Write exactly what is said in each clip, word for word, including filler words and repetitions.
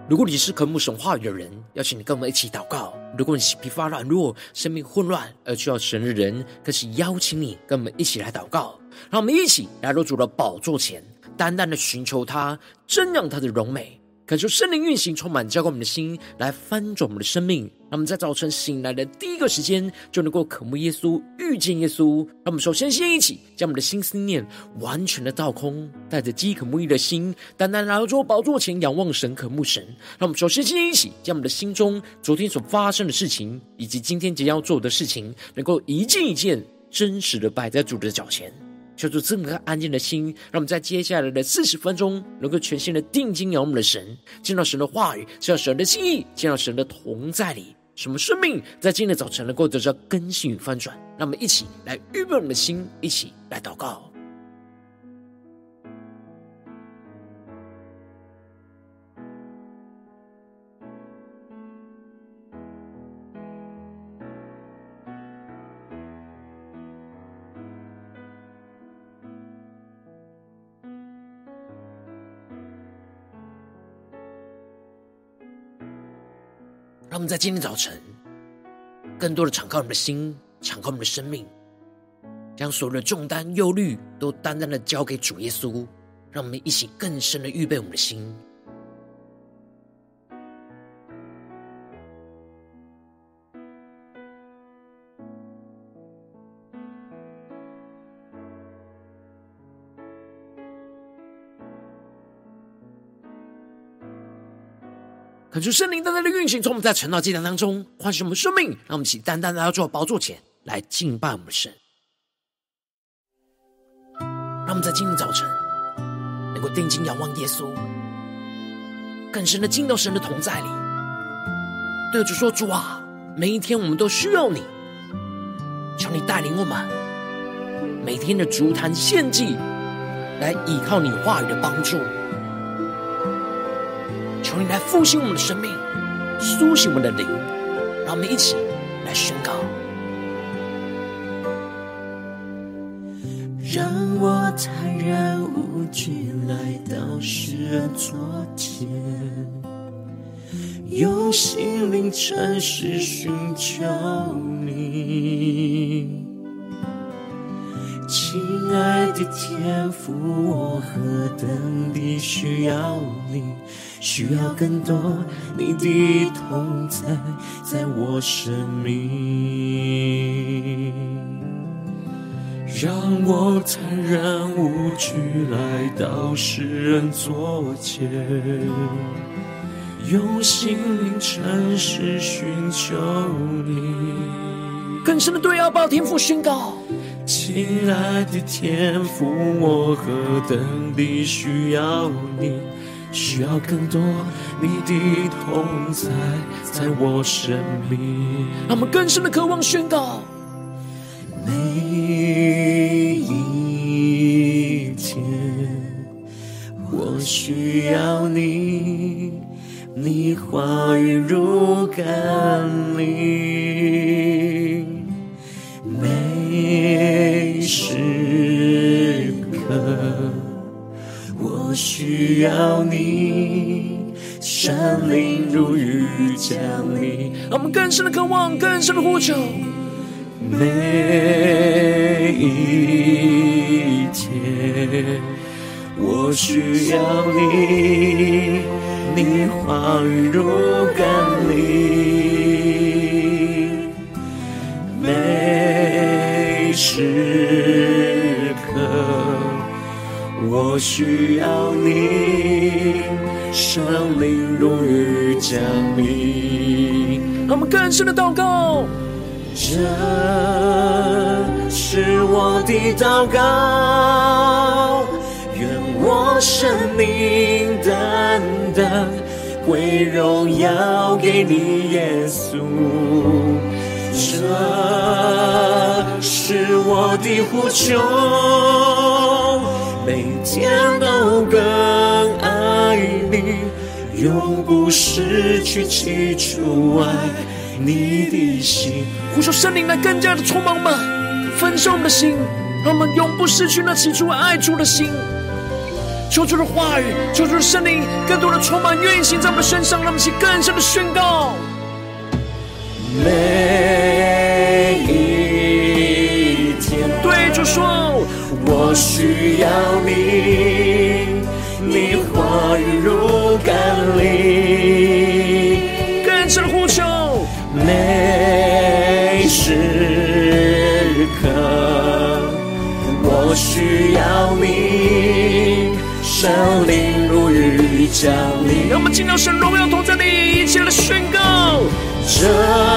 如果你是渴慕神话语的人，邀请你跟我们一起祷告。如果你是疲乏软弱、生命混乱而需要神的人，更是邀请你跟我们一起来祷告。让我们一起来到主的宝座前，单单的寻求他，瞻仰他的荣美，恳求圣灵运行，充满浇灌我们的心，来翻转我们的生命。让我们在早晨醒来的第一个时间，就能够渴慕耶稣，遇见耶稣。让我们首先先一起将我们的心思念完全的倒空，带着饥渴慕义的心，单单来到主宝座前，仰望神，渴慕神。让我们首先先一起将我们的心中昨天所发生的事情，以及今天即将要做的事情，能够一件一件真实的摆在主的脚前。求主赐我们个安静的心，让我们在接下来的四十分钟，能够全心的定睛仰望我们的神，见到神的话语，见到神的心意，见到神的同在里，使我们生命在今天的早晨能够得到更新与翻转。让我们一起来预备我们的心，一起来祷告。让我们在今天早晨更多的敞开我们的心，敞开我们的生命，将所有的重担忧虑都单单的交给主耶稣。让我们一起更深的预备我们的心。恳求圣灵单单的运行，从我们在晨祷祭坛当中唤醒我们生命，让我们一起单单的来到宝座前来敬拜我们的神。让我们在今天早晨能够定睛仰望耶稣，更深的进到神的同在里，对主说：主啊，每一天我们都需要你，求你带领我们每天的足坛献祭，来依靠你话语的帮助。求你来复兴我们的生命，苏醒我们的灵，让我们一起来宣告。 让我坦然无惧来到世人座前，用心灵诚实寻求你。亲爱的天父，我何等地需要你，需要更多你的同在在我生命。让我坦然无惧来到世人座前，用心灵诚实寻求你。 更深的对阿爸天父宣告： 亲爱的天父，我何等地需要你，需要更多你的同在在我生命。 让我们更深的渴望宣告： 每一天我需要你，你话语如甘霖，每时刻我需要你，山林如雨降临。 让我们更深的渴望，更深的呼求。 每一天我需要你，你话语如甘霖，每时刻我需要你，生命如雨降临。 让我们更深的祷告。 这是我的祷告，愿我生命单单归荣耀给你耶稣。这是我的呼求，每天都更爱你，永不失去起初爱你的心。 呼求圣灵来更加的充满我们，焚烧我们的心，让我们永不失去那起初爱主的心。 求主的话语，求主的圣灵更多的充满运行在我们身上，让我们一起更深的宣告。 每一天对主说， 我需要你，你话语如甘霖， 更深的呼求。 每时刻我需要你，圣灵如雨降临。 让我们进到神荣耀同在里，一起来宣告。 这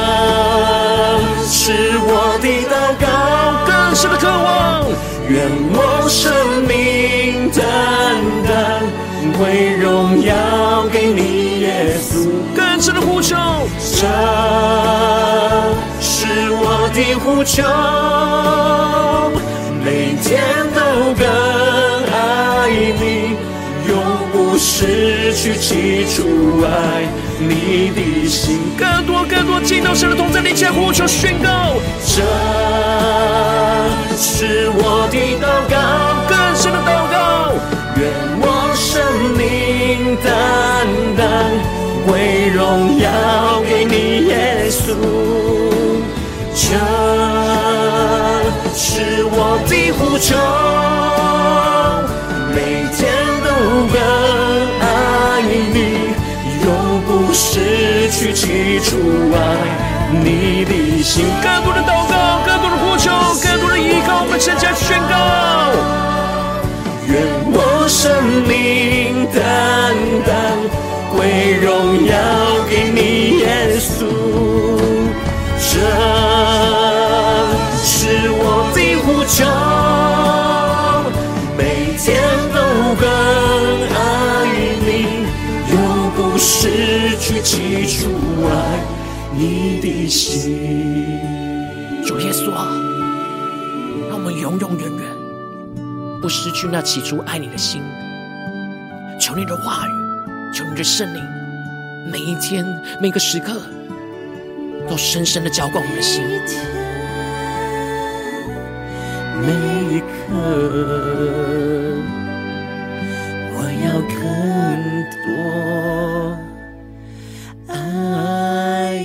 是我的祷告， 更深的渴望， 愿我生命单单为荣耀给你耶稣。 更深的呼求， 这是我的呼求，每天都更爱你，永不失去起初爱你的心。 更多更多进到神的同在里，一起来呼求宣告。 这是我的祷告， 更深的祷告， 愿我生命单单为荣耀给你耶稣。这是我的呼求，每天都更爱你，永不失去起初爱你的心。 更多的祷告，更多的呼求，更多的依靠，我们圣家宣告。 愿我生命单单归荣耀给你耶稣。这是我的呼求，每天都更爱你，永不失去起初爱你的心。 主耶稣啊，让我们永永远远不失去那起初爱你的心。求你的话语，求你的圣灵，每一天每个时刻都深深的浇灌我们的心。 每一刻我要更多爱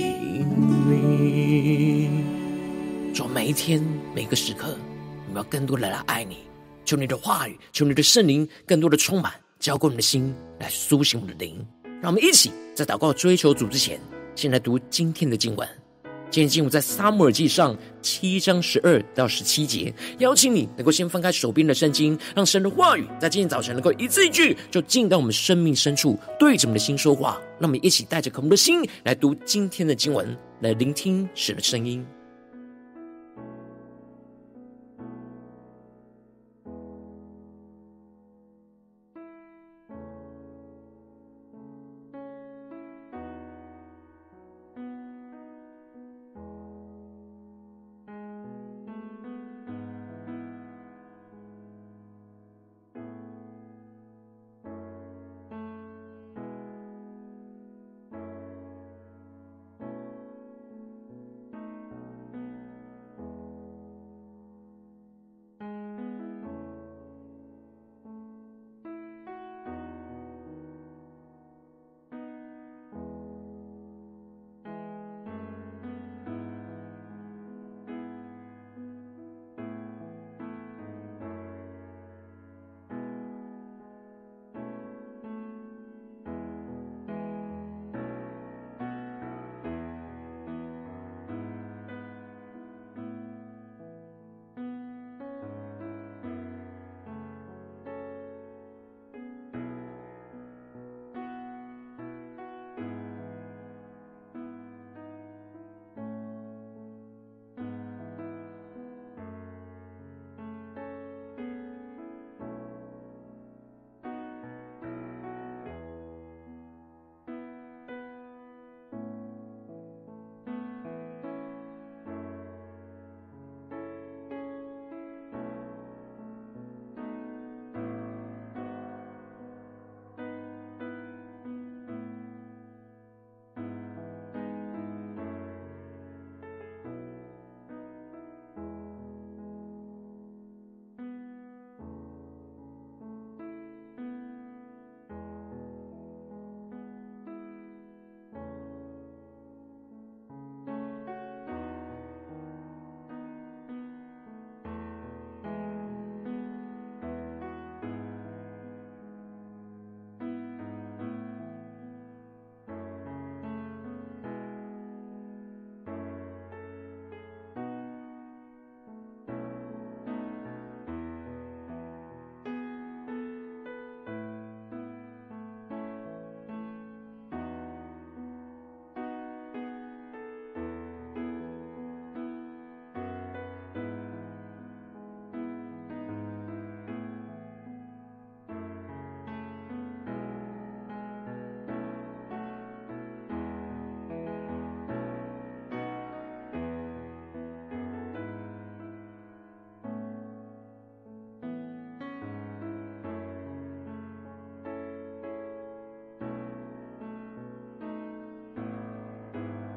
你。 主，每一天每个时刻我们要更多的来爱你。求你的话语，求你的圣灵更多的充满浇灌我们的心，来苏醒我们的灵。让我们一起在祷告追求主之前，先来读今天的经文。今天经文在撒母耳记上七章十二到十七节。邀请你能够先翻开手边的圣经，让神的话语在今天早晨能够一字一句就进到我们生命深处，对着我们的心说话。让我们一起带着渴慕的心来读今天的经文，来聆听神的声音。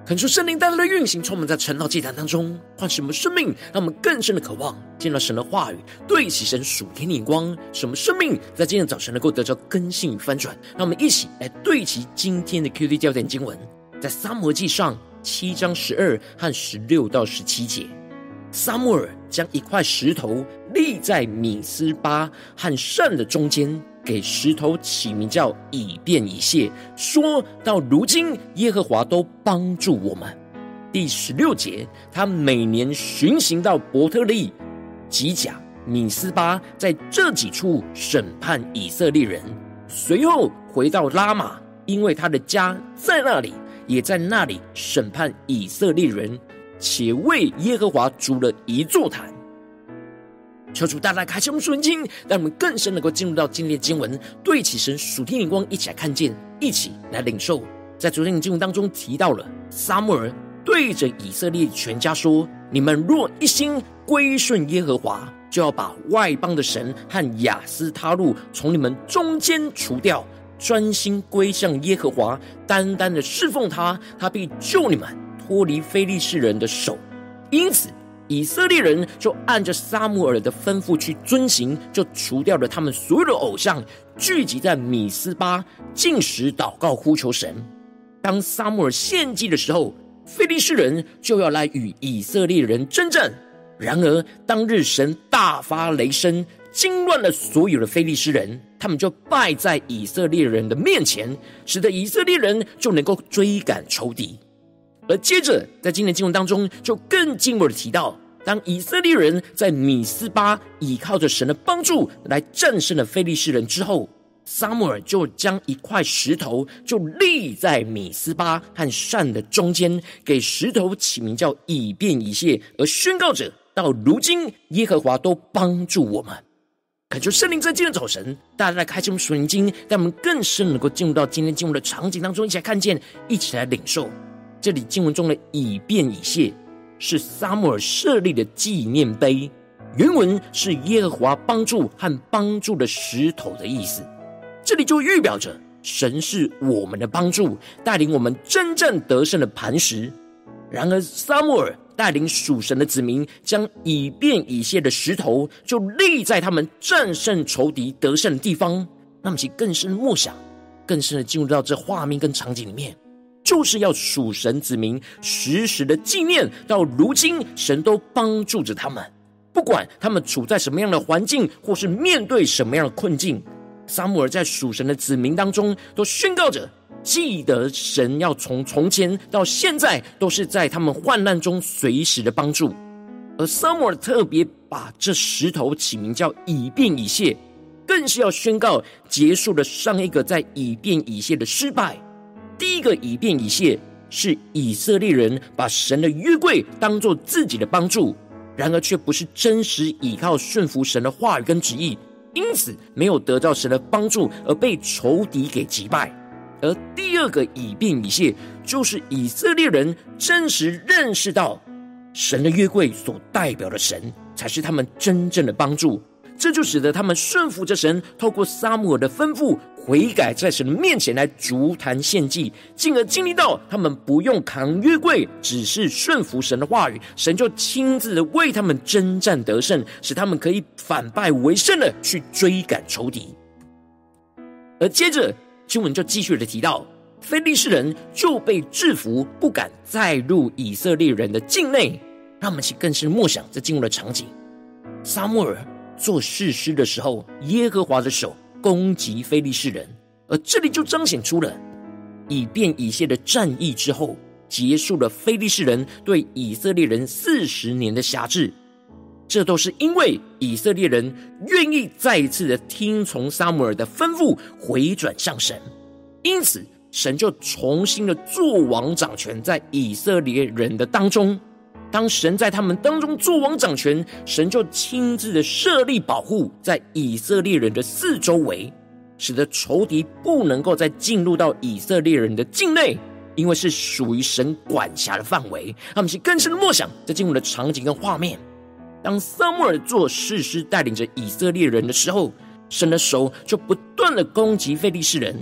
恳求圣灵带来的运行，充满在晨祷祭坛当中，唤醒我们生命，让我们更深的渴望见到神的话语，对齐神属天的眼光，使我们生命在今天早晨能够得到更新与翻转。让我们一起来对齐今天的 Q T 焦点经文，在撒母耳记上七章十二和十六到十七节。撒母耳将一块石头立在米斯巴和善的中间，给石头起名叫以便以谢，说到如今耶和华都帮助我们。第十六节，他每年巡行到伯特利、吉甲、米斯巴，在这几处审判以色列人，随后回到拉玛，因为他的家在那里，也在那里审判以色列人，且为耶和华筑了一座坛。求主大大开启我们属灵经，让我们更深能够进入到今天的经文，对齐神属天眼光，一起来看见，一起来领受。在昨天的经文当中提到了撒母耳对着以色列全家说，你们若一心归顺耶和华，就要把外邦的神和亚斯他路从你们中间除掉，专心归向耶和华，单单的侍奉他，他必救你们脱离非利士人的手。因此以色列人就按着撒母耳的吩咐去遵行，就除掉了他们所有的偶像，聚集在米斯巴，禁食祷告呼求神。当撒母耳献祭的时候，非利士人就要来与以色列人征战。然而当日神大发雷声，惊乱了所有的非利士人，他们就败在以色列人的面前，使得以色列人就能够追赶仇敌。而接着在今天的经文当中就更进一步的提到，当以色列人在米斯巴倚靠着神的帮助来战胜了非利士人之后，撒母耳就将一块石头就立在米斯巴和善的中间，给石头起名叫以便以谢，而宣告着到如今耶和华都帮助我们。恳求圣灵在今天的早晨大家来开启我们属灵经，让我们更深能够进入到今天经文的场景当中，一起来看见，一起来领受。这里经文中的以便以谢是撒母耳设立的纪念碑，原文是耶和华帮助和帮助的石头的意思。这里就预表着神是我们的帮助，带领我们真正得胜的磐石。然而撒母耳带领属神的子民，将以便以谢的石头就立在他们战胜仇敌得胜的地方。那么其更深默想，更深的进入到这画面跟场景里面，就是要属神子民时时的纪念，到如今神都帮助着他们，不管他们处在什么样的环境，或是面对什么样的困境，撒母耳在属神的子民当中都宣告着，记得神要从从前到现在都是在他们患难中随时的帮助。而撒母耳特别把这石头起名叫以便以谢，更是要宣告结束了上一个在以便以谢的失败。第一个以便以谢是以色列人把神的约柜当作自己的帮助，然而却不是真实倚靠顺服神的话语跟旨意，因此没有得到神的帮助，而被仇敌给击败。而第二个以便以谢，就是以色列人真实认识到神的约柜所代表的神才是他们真正的帮助，这就使得他们顺服着神，透过撒母耳的吩咐悔改，在神的面前来筑坛献祭，进而经历到他们不用扛约柜，只是顺服神的话语，神就亲自的为他们征战得胜，使他们可以反败为胜的去追赶仇敌。而接着经文就继续的提到，非利士人就被制服，不敢再入以色列人的境内。让我们去更深默想这经文的场景。撒母耳做士师的时候，耶和华的手攻击非利士人，而这里就彰显出了以便以谢的战役之后，结束了非利士人对以色列人四十年的辖制。这都是因为以色列人愿意再一次的听从撒母耳的吩咐，回转向神，因此神就重新的作王掌权在以色列人的当中。当神在他们当中作王掌权，神就亲自的设立保护在以色列人的四周围，使得仇敌不能够再进入到以色列人的境内，因为是属于神管辖的范围。他们是更深的默想在经文的场景跟画面。当撒母耳做士师带领着以色列人的时候，神的手就不断的攻击非利士人，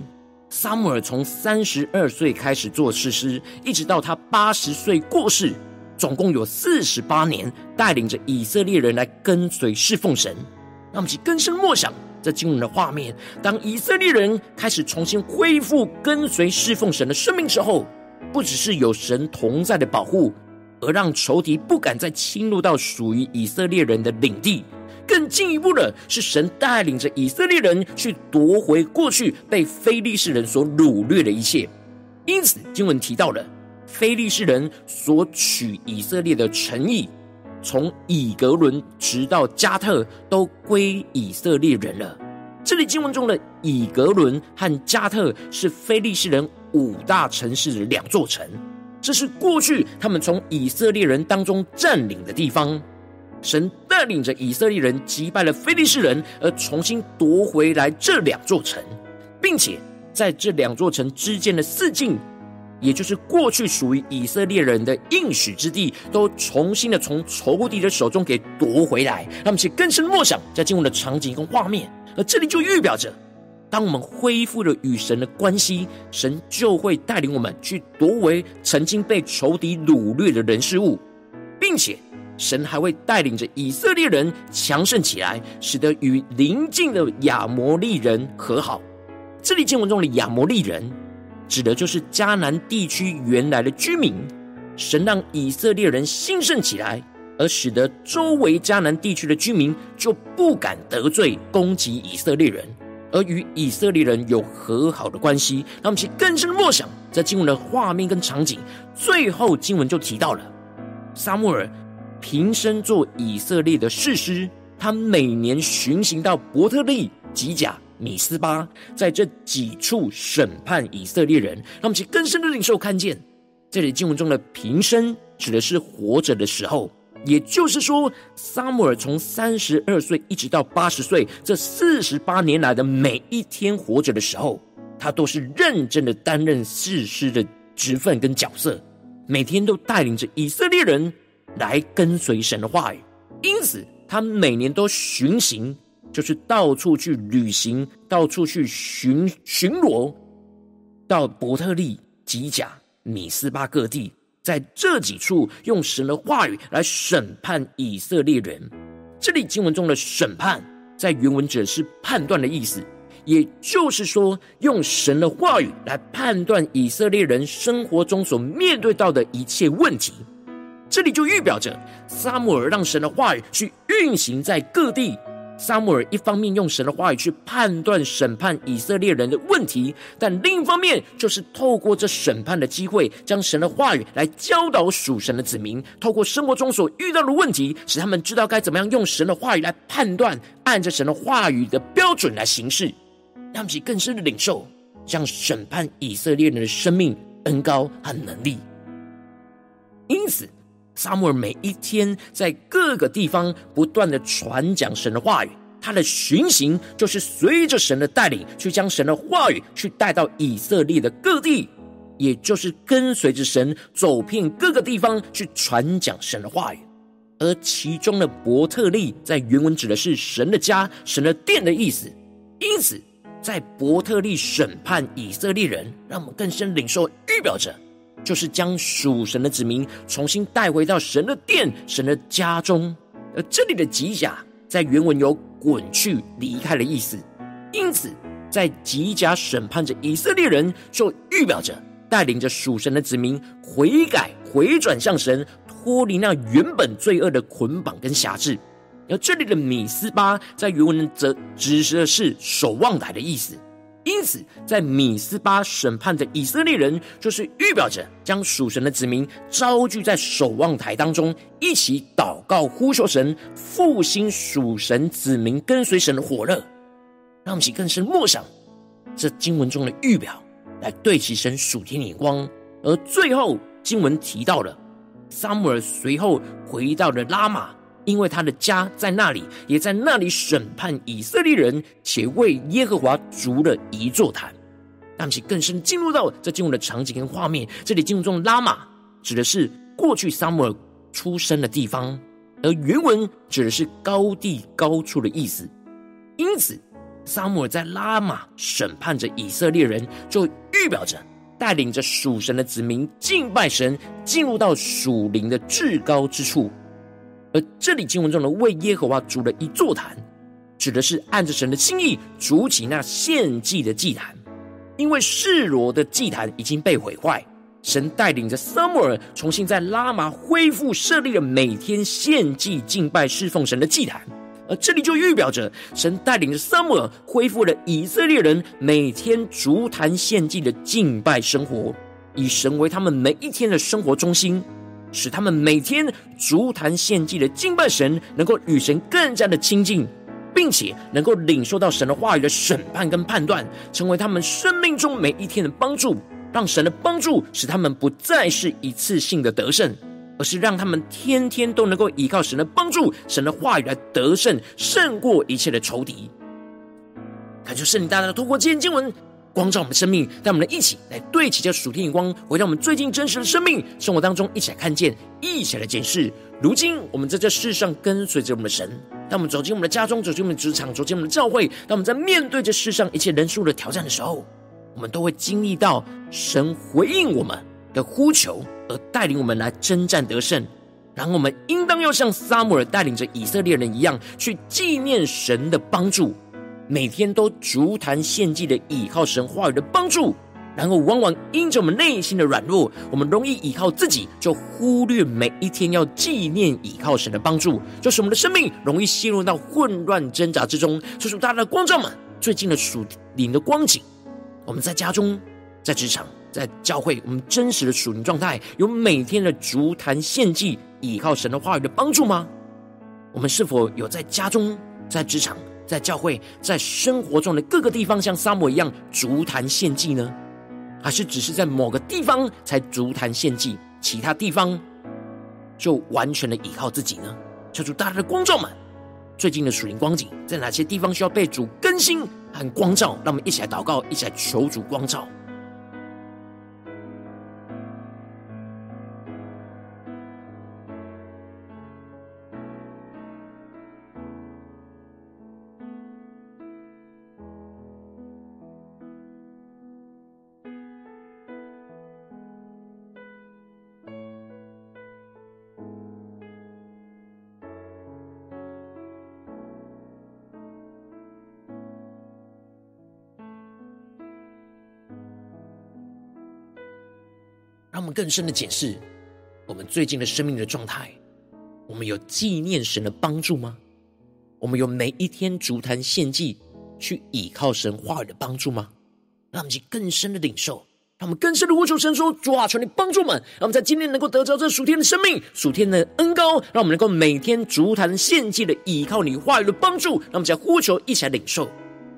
撒母耳从三十二岁开始做士师，一直到他八十岁过世，总共有四十八年，带领着以色列人来跟随侍奉神。让我们一起更深默想这经文的画面，当以色列人开始重新恢复跟随侍奉神的生命之后，不只是有神同在的保护，而让仇敌不敢再侵入到属于以色列人的领地，更进一步的是神带领着以色列人去夺回过去被非利士人所掳掠的一切。因此经文提到了非利士人所取以色列的城邑，从以格伦直到加特都归以色列人了。这里经文中的以格伦和加特是非利士人五大城市的两座城，这是过去他们从以色列人当中占领的地方。神带领着以色列人击败了非利士人，而重新夺回来这两座城，并且在这两座城之间的四境，也就是过去属于以色列人的应许之地，都重新的从仇敌的手中给夺回来。让我们去更深默想在经文的场景跟画面，而这里就预表着当我们恢复了与神的关系，神就会带领我们去夺回曾经被仇敌掳掠的人事物，并且神还会带领着以色列人强盛起来，使得与邻近的亚摩利人和好。这里经文中的亚摩利人指的就是迦南地区原来的居民，神让以色列人兴盛起来，而使得周围迦南地区的居民就不敢得罪攻击以色列人，而与以色列人有和好的关系。让我们去更深的默想在经文的画面跟场景。最后经文就提到了撒母耳平生做以色列的士师，他每年巡行到伯特利、吉甲、米斯巴，在这几处审判以色列人。让我们去更深的领受看见，这里经文中的平生指的是活着的时候，也就是说撒母耳从三十二岁一直到八十岁，这四十八年来的每一天活着的时候，他都是认真的担任士师的职分跟角色，每天都带领着以色列人来跟随神的话语。因此他每年都巡行，就是到处去旅行，到处去巡巡逻，到伯特利、吉甲、米斯巴各地，在这几处用神的话语来审判以色列人。这里经文中的审判在原文指的是判断的意思，也就是说用神的话语来判断以色列人生活中所面对到的一切问题。这里就预表着撒母耳让神的话语去运行在各地。撒母耳一方面用神的话语去判断审判以色列人的问题，但另一方面就是透过这审判的机会，将神的话语来教导属神的子民，透过生活中所遇到的问题，使他们知道该怎么样用神的话语来判断，按着神的话语的标准来行事，让我们更深的领受像审判以色列人的生命、恩膏和能力。因此撒母耳每一天在各个地方不断的传讲神的话语，他的巡行就是随着神的带领，去将神的话语去带到以色列的各地，也就是跟随着神走遍各个地方去传讲神的话语。而其中的伯特利在原文指的是神的家、神的殿的意思。因此在伯特利审判以色列人，让我们更深领受预表着就是将属神的子民重新带回到神的殿、神的家中。而这里的吉甲在原文有滚去、离开的意思，因此在吉甲审判着以色列人，就预表着带领着属神的子民悔改、回转向神，脱离那原本罪恶的捆绑跟辖制。而这里的米斯巴在原文则指的是守望台的意思。因此在米斯巴审判的以色列人，就是预表着将属神的子民招聚在守望台当中，一起祷告呼求神，复兴属神子民跟随神的火热。让我们一起更深默想这经文中的预表，来对齐神属天的眼光。而最后经文提到了撒母耳随后回到了拉玛，因为他的家在那里，也在那里审判以色列人，且为耶和华筑了一座坛。让我们更深进入到这经文的场景跟画面。这里经文中的拉玛指的是过去撒母耳出生的地方，而原文指的是高地高处的意思。因此撒母耳在拉玛审判着以色列人，就预表着带领着属神的子民敬拜神，进入到属灵的至高之处。而这里经文中的为耶和华筑了一座坛，指的是按着神的心意筑起那献祭的祭坛。因为示罗的祭坛已经被毁坏，神带领着撒母耳重新在拉玛恢复设立了每天献祭敬拜侍奉神的祭坛。而这里就预表着神带领着撒母耳恢复了以色列人每天筑坛献祭的敬拜生活，以神为他们每一天的生活中心，使他们每天筑坛献祭的敬拜神能够与神更加的亲近，并且能够领受到神的话语的审判跟判断，成为他们生命中每一天的帮助，让神的帮助使他们不再是一次性的得胜，而是让他们天天都能够依靠神的帮助，神的话语来得胜，胜过一切的仇敌。感谢圣灵大大的透过今天经文光照我们的生命，让我们一起来对齐这属天眼光，回到我们最近真实的生命生活当中，一起来看见，一起来检视。如今我们在这世上跟随着我们的神，当我们走进我们的家中，走进我们的职场，走进我们的教会，当我们在面对这世上一切人数的挑战的时候，我们都会经历到神回应我们的呼求，而带领我们来征战得胜。然后我们应当要像撒母耳带领着以色列人一样，去纪念神的帮助，每天都筑坛献祭的倚靠神话语的帮助。然后往往因着我们内心的软弱，我们容易倚靠自己，就忽略每一天要纪念倚靠神的帮助，就使我们的生命容易陷入到混乱挣扎之中。求主大家的光照们最近的属灵的光景，我们在家中，在职场，在教会，我们真实的属灵状态有每天的筑坛献祭倚靠神的话语的帮助吗？我们是否有在家中，在职场，在教会，在生活中的各个地方像撒母耳一样筑坛献祭呢？还是只是在某个地方才筑坛献祭，其他地方就完全的依靠自己呢？求主大家的光照们最近的属灵光景，在哪些地方需要被主更新和光照？让我们一起来祷告，一起来求主光照。让我们更深的检视我们最近的生命的状态，我们有纪念神的帮助吗？我们有每一天筑坛献祭去倚靠神话语的帮助吗？让我们去更深的领受，让我们更深的呼求神说，主啊，求你帮助我们，让我们在今天能够得着这属天的生命，属天的恩膏，让我们能够每天筑坛献祭的倚靠你话语的帮助。让我们在呼求一起来领受。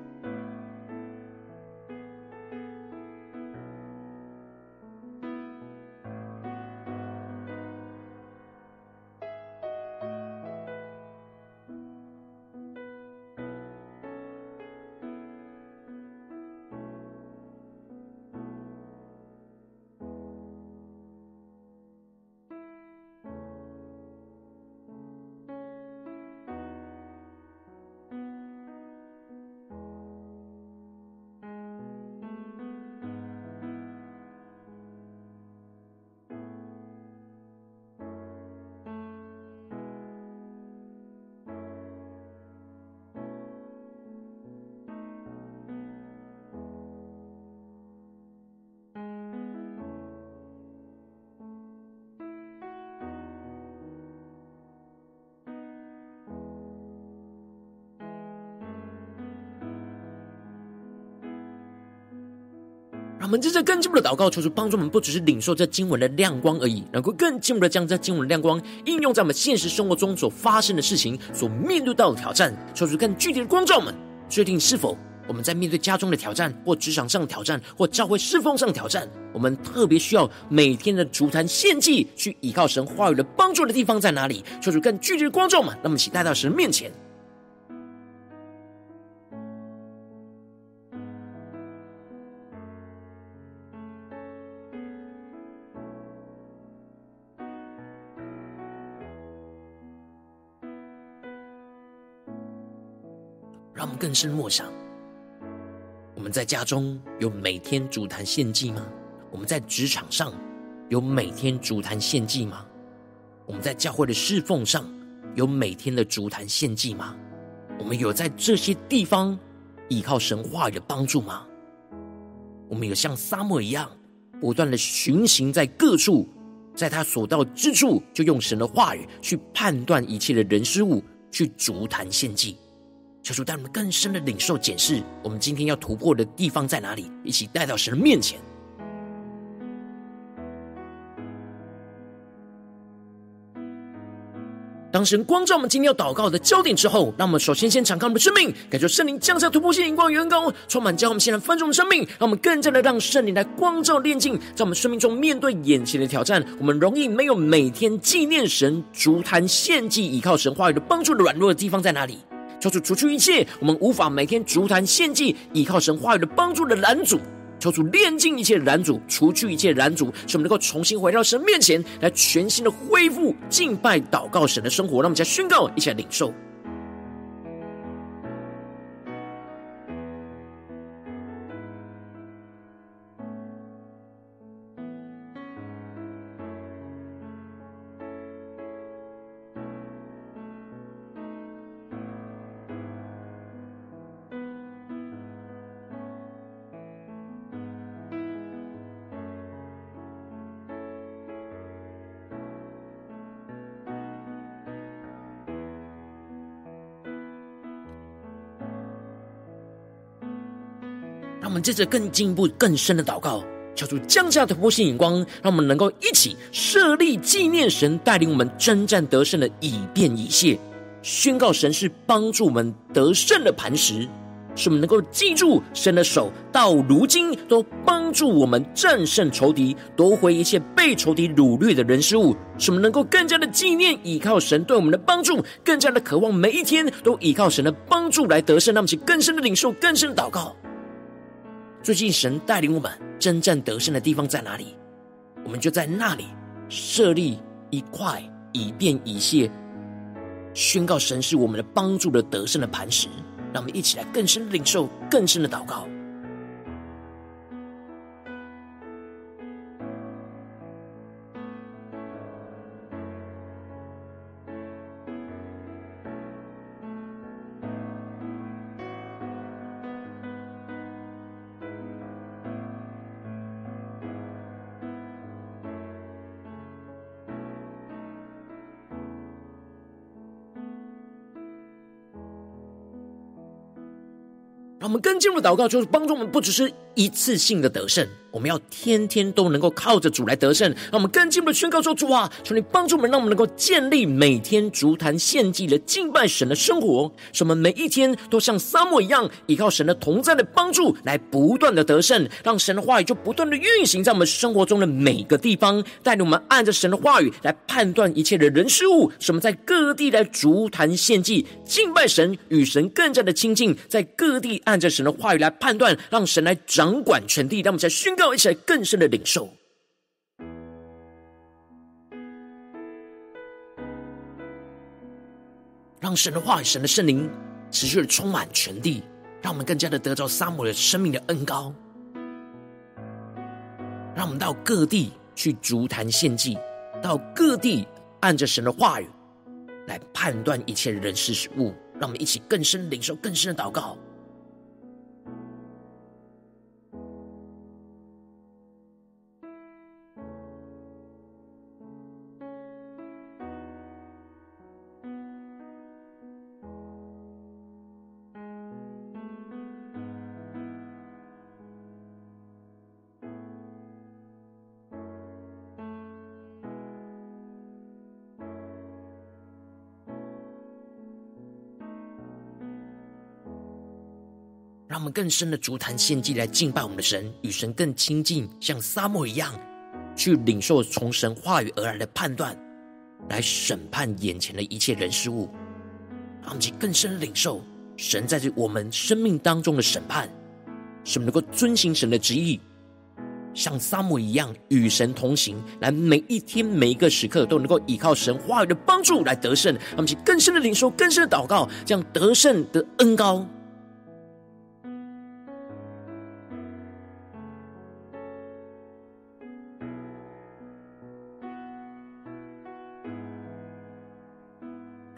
让我们接着更进一步的祷告，求主帮助我们，不只是领受这经文的亮光而已，能够更进一步的将这经文的亮光应用在我们现实生活中所发生的事情，所面对到的挑战。求主更具体的光照我们，确定是否我们在面对家中的挑战，或职场上的挑战，或教会侍奉上的挑战，我们特别需要每天的筑坛献祭去依靠神话语的帮助的地方在哪里？求主更具体的光照我们，让我们一起带到神面前。让我们更深默想们在家中有每天筑坛献祭吗？我们在职场上有每天筑坛献祭吗？我们在教会的侍奉上有每天的筑坛献祭吗？我们有在这些地方依靠神话语的帮助吗？我们有像撒母耳一样不断的巡行在各处，在他所到之处就用神的话语去判断一切的人事物，去筑坛献祭。求主带我们更深的领受检视，我们今天要突破的地方在哪里，一起带到神的面前。当神光照我们今天要祷告的焦点之后，让我们首先先敞开我们的生命，感受圣灵降下突破性眼光与恩膏，充满将我们现在翻转我们的生命，让我们更加的让圣灵来光照炼净，在我们生命中面对眼前的挑战，我们容易没有每天纪念神、筑坛献祭、依靠神话语的帮助的软弱的地方在哪里？求主除去一切我们无法每天筑坛献祭、依靠神话语的帮助的拦阻，求主炼净一切拦阻，除去一切拦阻，使我们能够重新回到神面前，来全新的恢复敬拜祷告神的生活。让我们再宣告，一起来领受。让我们接着更进一步更深的祷告，求主降下突破性眼光，让我们能够一起设立纪念神带领我们征战得胜的以便以谢，宣告神是帮助我们得胜的磐石，使我们能够记住神的手到如今都帮助我们战胜仇敌，夺回一切被仇敌掳掠的人事物，使我们能够更加的纪念依靠神对我们的帮助，更加的渴望每一天都依靠神的帮助来得胜。让我们一起更深的领受，更深的祷告。最近神带领我们征战得胜的地方在哪里？我们就在那里设立一块以便以谢，宣告神是我们的帮助的得胜的磐石。让我们一起来更深的领受，更深的祷告。让我们更进入祷告，就是帮助我们不只是一次性的得胜，我们要天天都能够靠着主来得胜。让我们更进一步的宣告说，主啊，求你帮助我们，让我们能够建立每天筑坛献祭的敬拜神的生活，使我们每一天都像撒母耳一样，依靠神的同在的帮助来不断的得胜，让神的话语就不断的运行在我们生活中的每个地方，带领我们按着神的话语来判断一切的人事物，使我们在各地来筑坛献祭敬拜神，与神更加的亲近，在各地按着神的话语来判断，让神来掌管全地。让我们再宣告，一起来更深的领受。让神的话语、神的圣灵持续的充满全地，让我们更加的得着撒母耳生命的恩膏，让我们到各地去筑坛献祭，到各地按着神的话语来判断一切人事事物。让我们一起更深领受，更深的祷告。让我们更深的筑坛献祭来敬拜我们的神，与神更亲近，像撒母耳一样去领受从神话语而来的判断，来审判眼前的一切人事物。让我们更深的领受神在这我们生命当中的审判，使我们能够遵行神的旨意，像撒母耳一样与神同行，来每一天每一个时刻都能够依靠神话语的帮助来得胜。让我们更深的领受，更深的祷告，这样得胜的恩膏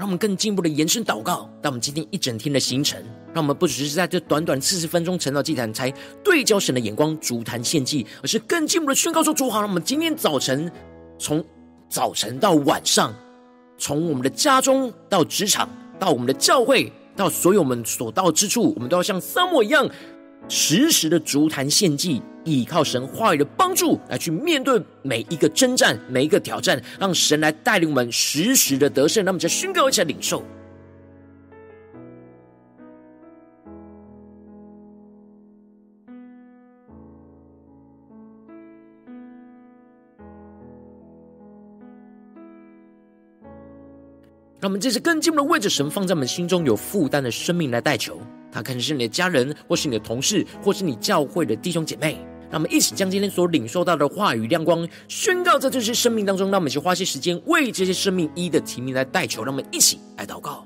我们更进一步的延伸祷告，让我们今天一整天的行程，让我们不只是在这短短四十分钟晨祷祭坛才对焦神的眼光足坛献祭，而是更进一步的宣告说，主好，让我们今天早晨从早晨到晚上，从我们的家中到职场，到我们的教会，到所有我们所到之处，我们都要像撒母耳一样时时的足坛献祭，依靠神话语的帮助来去面对每一个征战，每一个挑战，让神来带领我们时时的得胜。让我们再宣告一下领受。让我们这次更进一步的为着神放在我们心中有负担的生命来代求，他可能是你的家人，或是你的同事，或是你教会的弟兄姐妹。让我们一起将今天所领受到的话语亮光宣告在这些生命当中，让我们一起花些时间为这些生命一一的提名来代求。让我们一起来祷告。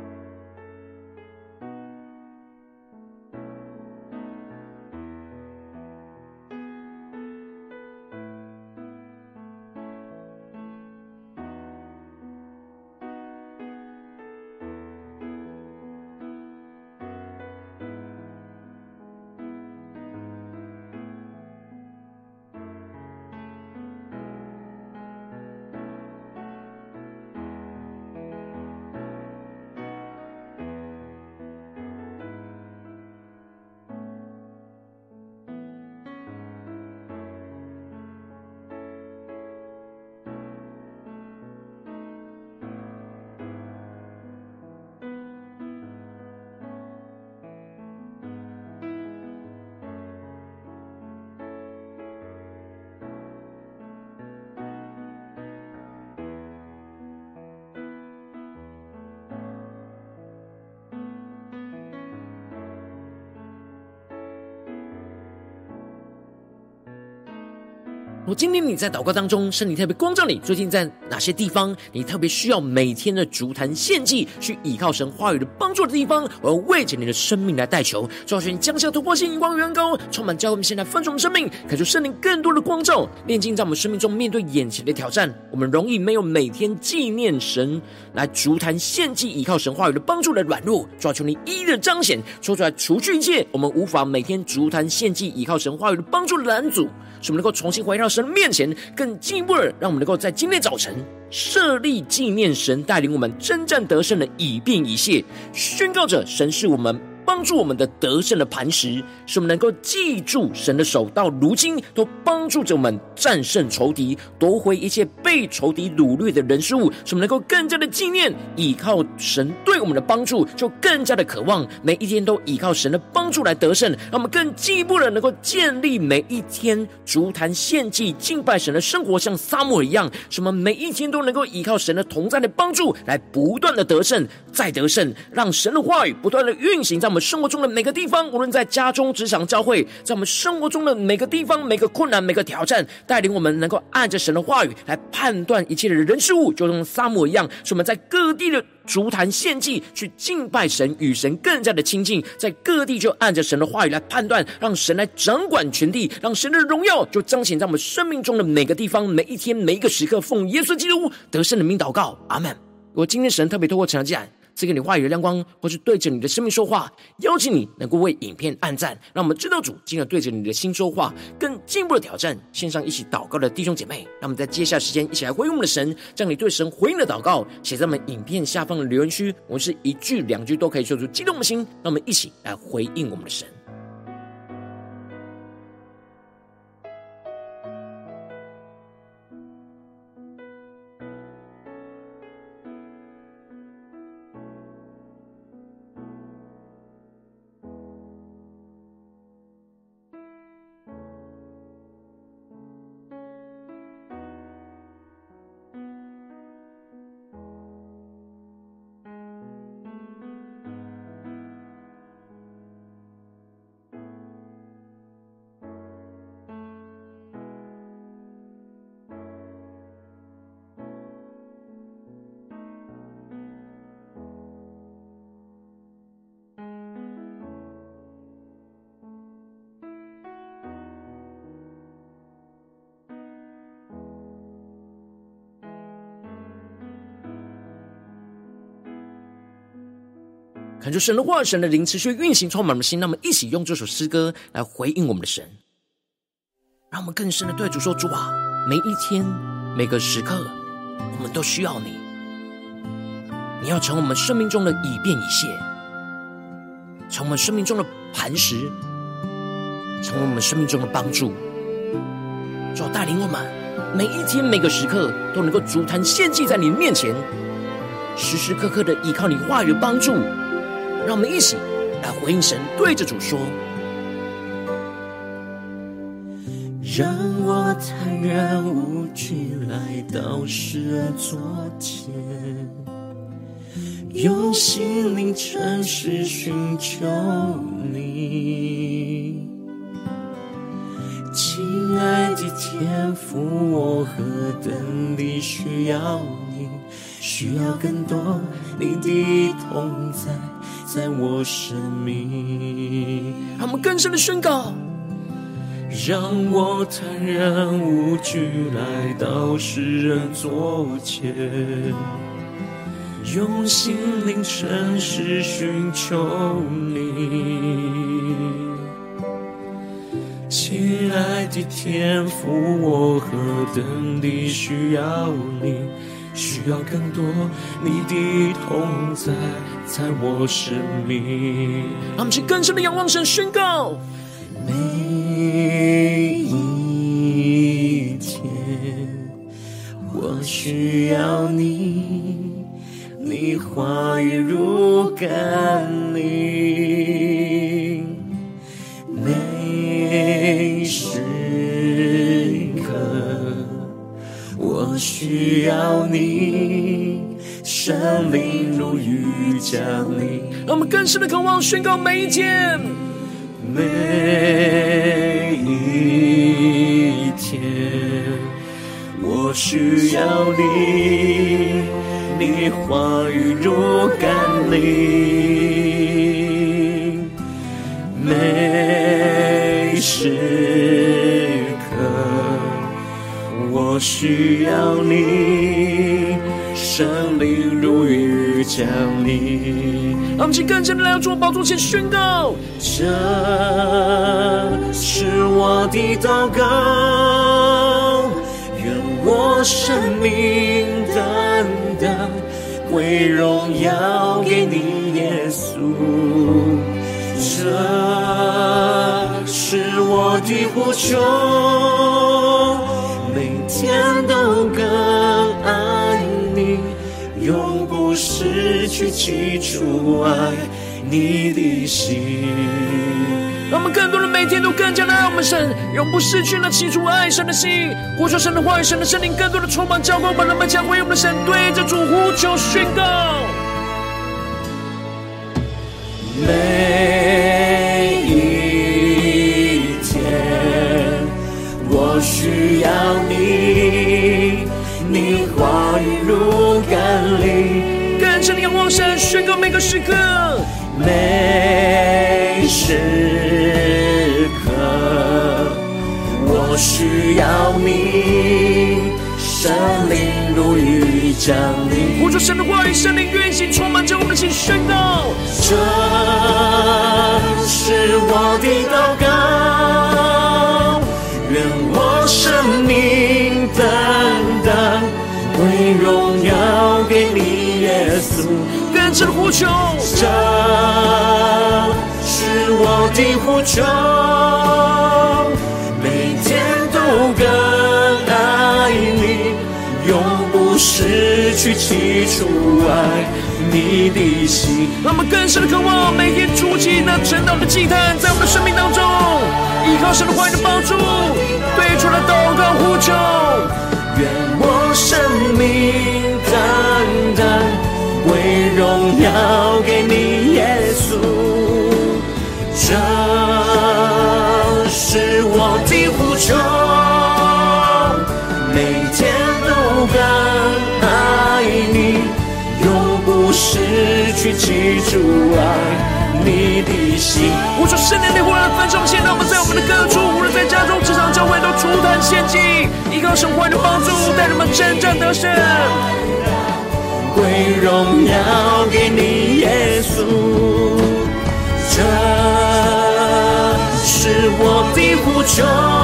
如果今天你在祷告当中，圣灵特别光照你，最近在哪些地方你特别需要每天的足坛献祭，去依靠神话语的帮助的地方，我要为着你的生命来代求，主要你降下突破性荧光远高，充满教会我们现在分盛的生命，恳求圣灵更多的光照炼净在我们生命中。面对眼前的挑战，我们容易没有每天纪念神来足坛献祭，依靠神话语的帮助的软弱，主要求你一一的彰显，说出来，除去一切我们无法每天足坛献祭，依靠神话语的帮助的拦阻，使我们能够重新回到神面前，更进一步的让我们能够在今天早晨设立纪念神带领我们征战得胜的以便以谢，宣告着神是我们帮助我们的得胜的磐石，使我们能够记住神的手到如今都帮助着我们战胜仇敌，夺回一切被仇敌掳掠的人事物，使我们能够更加的纪念依靠神对我们的帮助，就更加的渴望每一天都依靠神的帮助来得胜，让我们更进一步的能够建立每一天足坛献祭敬拜神的生活，像撒母耳一样，使我们每一天都能够依靠神的同在的帮助来不断的得胜再得胜，让神的话语不断的运行在我们生活中的每个地方，无论在家中职场教会，在我们生活中的每个地方每个困难每个挑战，带领我们能够按着神的话语来判断一切的人事物，就像撒母耳一样，使我们在各地的足坛献祭去敬拜神，与神更加的亲近，在各地就按着神的话语来判断，让神来掌管全地，让神的荣耀就彰显在我们生命中的每个地方每一天每一个时刻，奉耶稣基督得胜的名祷告，阿们。如果今天神特别透过晨祷祭坛赐给你话语的亮光，或是对着你的生命说话，邀请你能够为影片按赞，让我们知道主进而对着你的心说话，更进一步的挑战线上一起祷告的弟兄姐妹。让我们在接下来时间一起来回应我们的神，将你对神回应的祷告写在我们影片下方的留言区，我们是一句两句都可以说出激动的心，让我们一起来回应我们的神。 恳求神的话语、神的灵持续运行充满我们的心，让我们一起用这首诗歌来回应我们的神，让我们更深的对主说：主啊，每一天每个时刻我们都需要你，你要成为我们生命中的以便以谢，成为我们生命中的磐石，成为我们生命中的帮助。主啊，带领我们每一天每个时刻都能够足坛献祭在你面前，时时刻刻的依靠你话语的帮助。让我们一起来回应神，对着主说： 让我坦然无惧来到施恩座前，用心灵诚实寻求你。亲爱的天父，我何等地需要你，需要更多你的同在在我生命。 让我们更深的宣告： 让我坦然无惧来到施恩座前，用心灵诚实寻求你。亲爱的天父，我何等地需要你，需要更多你的同在在我生命。 让我们去更深的仰望神，宣告： 每一天我需要你，你话语如甘霖，每时刻我需要你，生命如雨降临。 让我们更深的渴望宣告：每一天每一天我需要你，你话语如甘霖，每时刻我需要你，生灵如雨降临。 让我们请更深的来到主宝座前宣告： 这是我的祷告，愿我生命单单归荣耀给你耶稣。这是我的呼求，每天都更爱你，永不失去起初爱你的心。 让我们更多人每天都更加的爱我们神，永不失去那起初爱神的心。呼求神的话语、神的圣灵更多的充满浇灌我们，让我们将为我们的神对着主呼求宣告： 每一天我需要你，你话语如甘霖。 更深的仰望神，宣告每个时刻， 每时刻我需要你，生灵如雨降临。 呼求神的话语、圣灵运行充满着我们的心，宣告： 这是我的祷告，愿我生命单单归荣耀给你耶稣。 更深的呼求， 这是我的呼求，每天都更爱你，永不失去起初爱你的心。 让我们更深的渴望每天筑起那晨祷的祭坛，在我们的生命当中依靠神的话语的帮助，对主的祷告呼求， 愿我生命单单归荣耀给你耶稣。这是我的呼求，每天都更爱你，永不失去记住爱你的心。 我说圣灵的忽然焚烧现，让我们在我们的各处，无论在家中、职场、教会，都出坛献祭，依靠神话语的帮助，带人们征战得胜。 归荣耀给你，耶稣。这是我的呼求，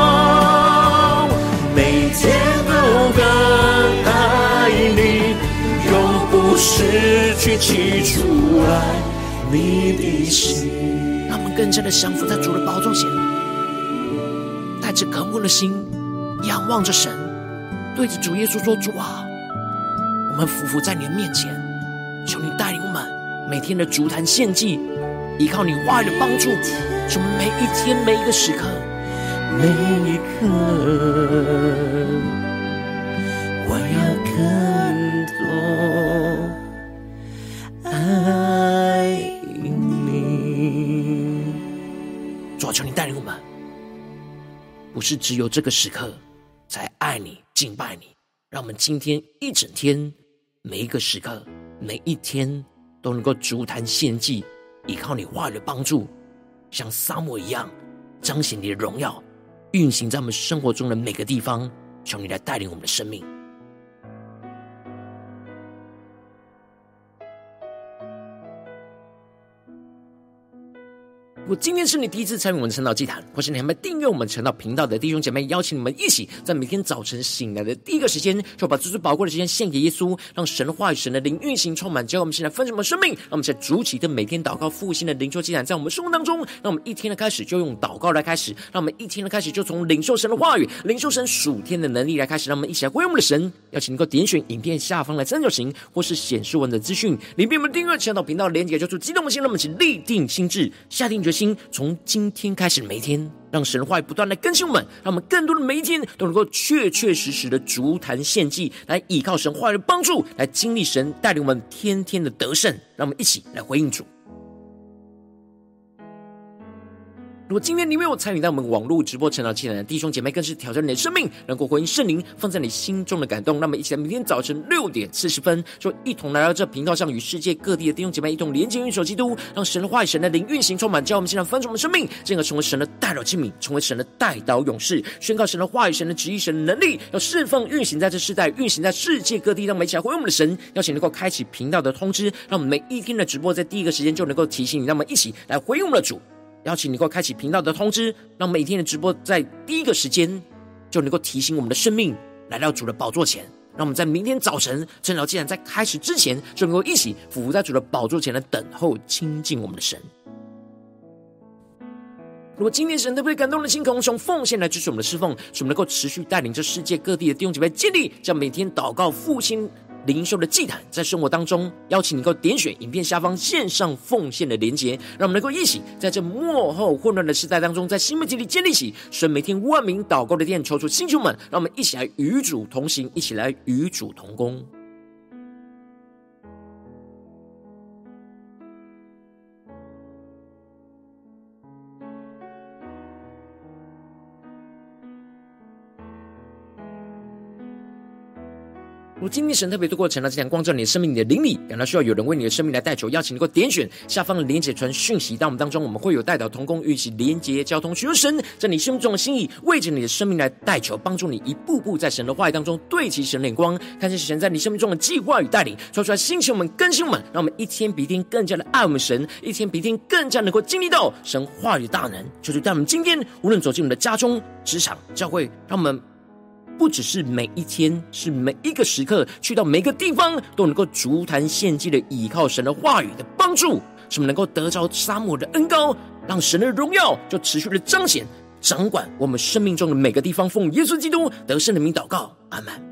每天都更爱你，永不失去起初爱你的心。 让我们更加的降服在主的宝座前，带着渴慕的心仰望着神，对着主耶稣说：主啊，我们匍匐在你的面前，求你带领我们每天的烛坛献祭，依靠你话语的帮助，使我们每一天每一个时刻每一刻我要更多爱你。 主啊，求你带领我们，不是只有这个时刻才爱你敬拜你，让我们今天一整天每一个时刻每一天都能够烛坛献祭，依靠你话语的帮助，像撒母耳一样彰显你的荣耀，运行在我们生活中的每个地方。求你来带领我们的生命。如果今天是你第一次参与我们的晨祷祭坛，或是你还没订阅我们晨祷频道的弟兄姐妹，邀请你们一起在每天早晨醒来的第一个时间，就把最最宝贵的时间献给耶稣，让神的话语、神的灵运行充满，只要我们现在分盛我们的生命，让我们在主起的每天祷告复兴的灵修祭坛，在我们生活当中，让我们一天的开始就用祷告来开始，让我们一天的开始就从领受神的话语、领受神属天的能力来开始，让我们一起来归我们的神。邀请能够点选影片下方的三角形，或是显示文的资讯，里面我们订阅晨祷频道的连结，就是激动的心，让我们一起立定心志，下定决心，从今天开始的每一天，让神的话语不断来更新我们，让我们更多的每一天都能够确确实实的烛坛献祭，来依靠神话语的帮助，来经历神带领我们天天的得胜。让我们一起来回应主。如果今天你没有参与到我们网络直播晨祷祭坛的弟兄姐妹，更是挑战你的生命，能够回应圣灵放在你心中的感动。那么一起来，明天早晨六点四十分，就一同来到这频道上，与世界各地的弟兄姐妹一同连接运手基督，让神的话语、神的灵运行充满，叫我们现在翻转我们生命，进而成为神的代祷器皿，成为神的代祷勇士，宣告神的话语、神的旨意、神的能力，要释放运行在这世代，运行在世界各地。让我们一起来回应我们的神，邀请能够开启频道的通知，让我们每一天的直播在第一个时间就能够提醒你。让我们一起来回应我们的主。邀请你能够开启频道的通知，让每天的直播在第一个时间就能够提醒我们的生命来到主的宝座前，让我们在明天早晨晨祷祭坛在开始之前就能够一起俯伏在主的宝座前来等候亲近我们的神。如果今天神特别感动的心，渴望从奉献来支持我们的侍奉，使我们能够持续带领这世界各地的弟兄姐妹建立这样每天祷告复兴灵修的祭坛，在生活当中，邀请你能够点选影片下方线上奉献的连结，让我们能够一起在这末后混乱的时代当中，在新媒体里建立起神每天万名祷告的殿，求主弟兄们，让我们一起来与主同行，一起来与主同工。如今天神特别透过晨祷祭坛光照你的生命，你的灵里感到需要有人为你的生命来代求，邀请能够点选下方的连结传讯息到我们当中，我们会有代祷同工，一起连结交通，寻求神在你心中的心意，为着你的生命来代求，帮助你一步步在神的话语当中对齐神的眼光，看见神在你生命中的计划与带领，说出来兴起我们更新我们，让我们一天比一天更加的爱我们神，一天比一天更加能够经历到神话语的大能。求主带我们今天无论走进我们的家中、职场、教会，让我们不只是每一天，是每一个时刻，去到每个地方都能够烛坛献祭的倚靠神的话语的帮助，使我们能够得着撒母耳的恩膏，让神的荣耀就持续的彰显掌管我们生命中的每个地方。奉耶稣基督得胜的名祷告，阿们。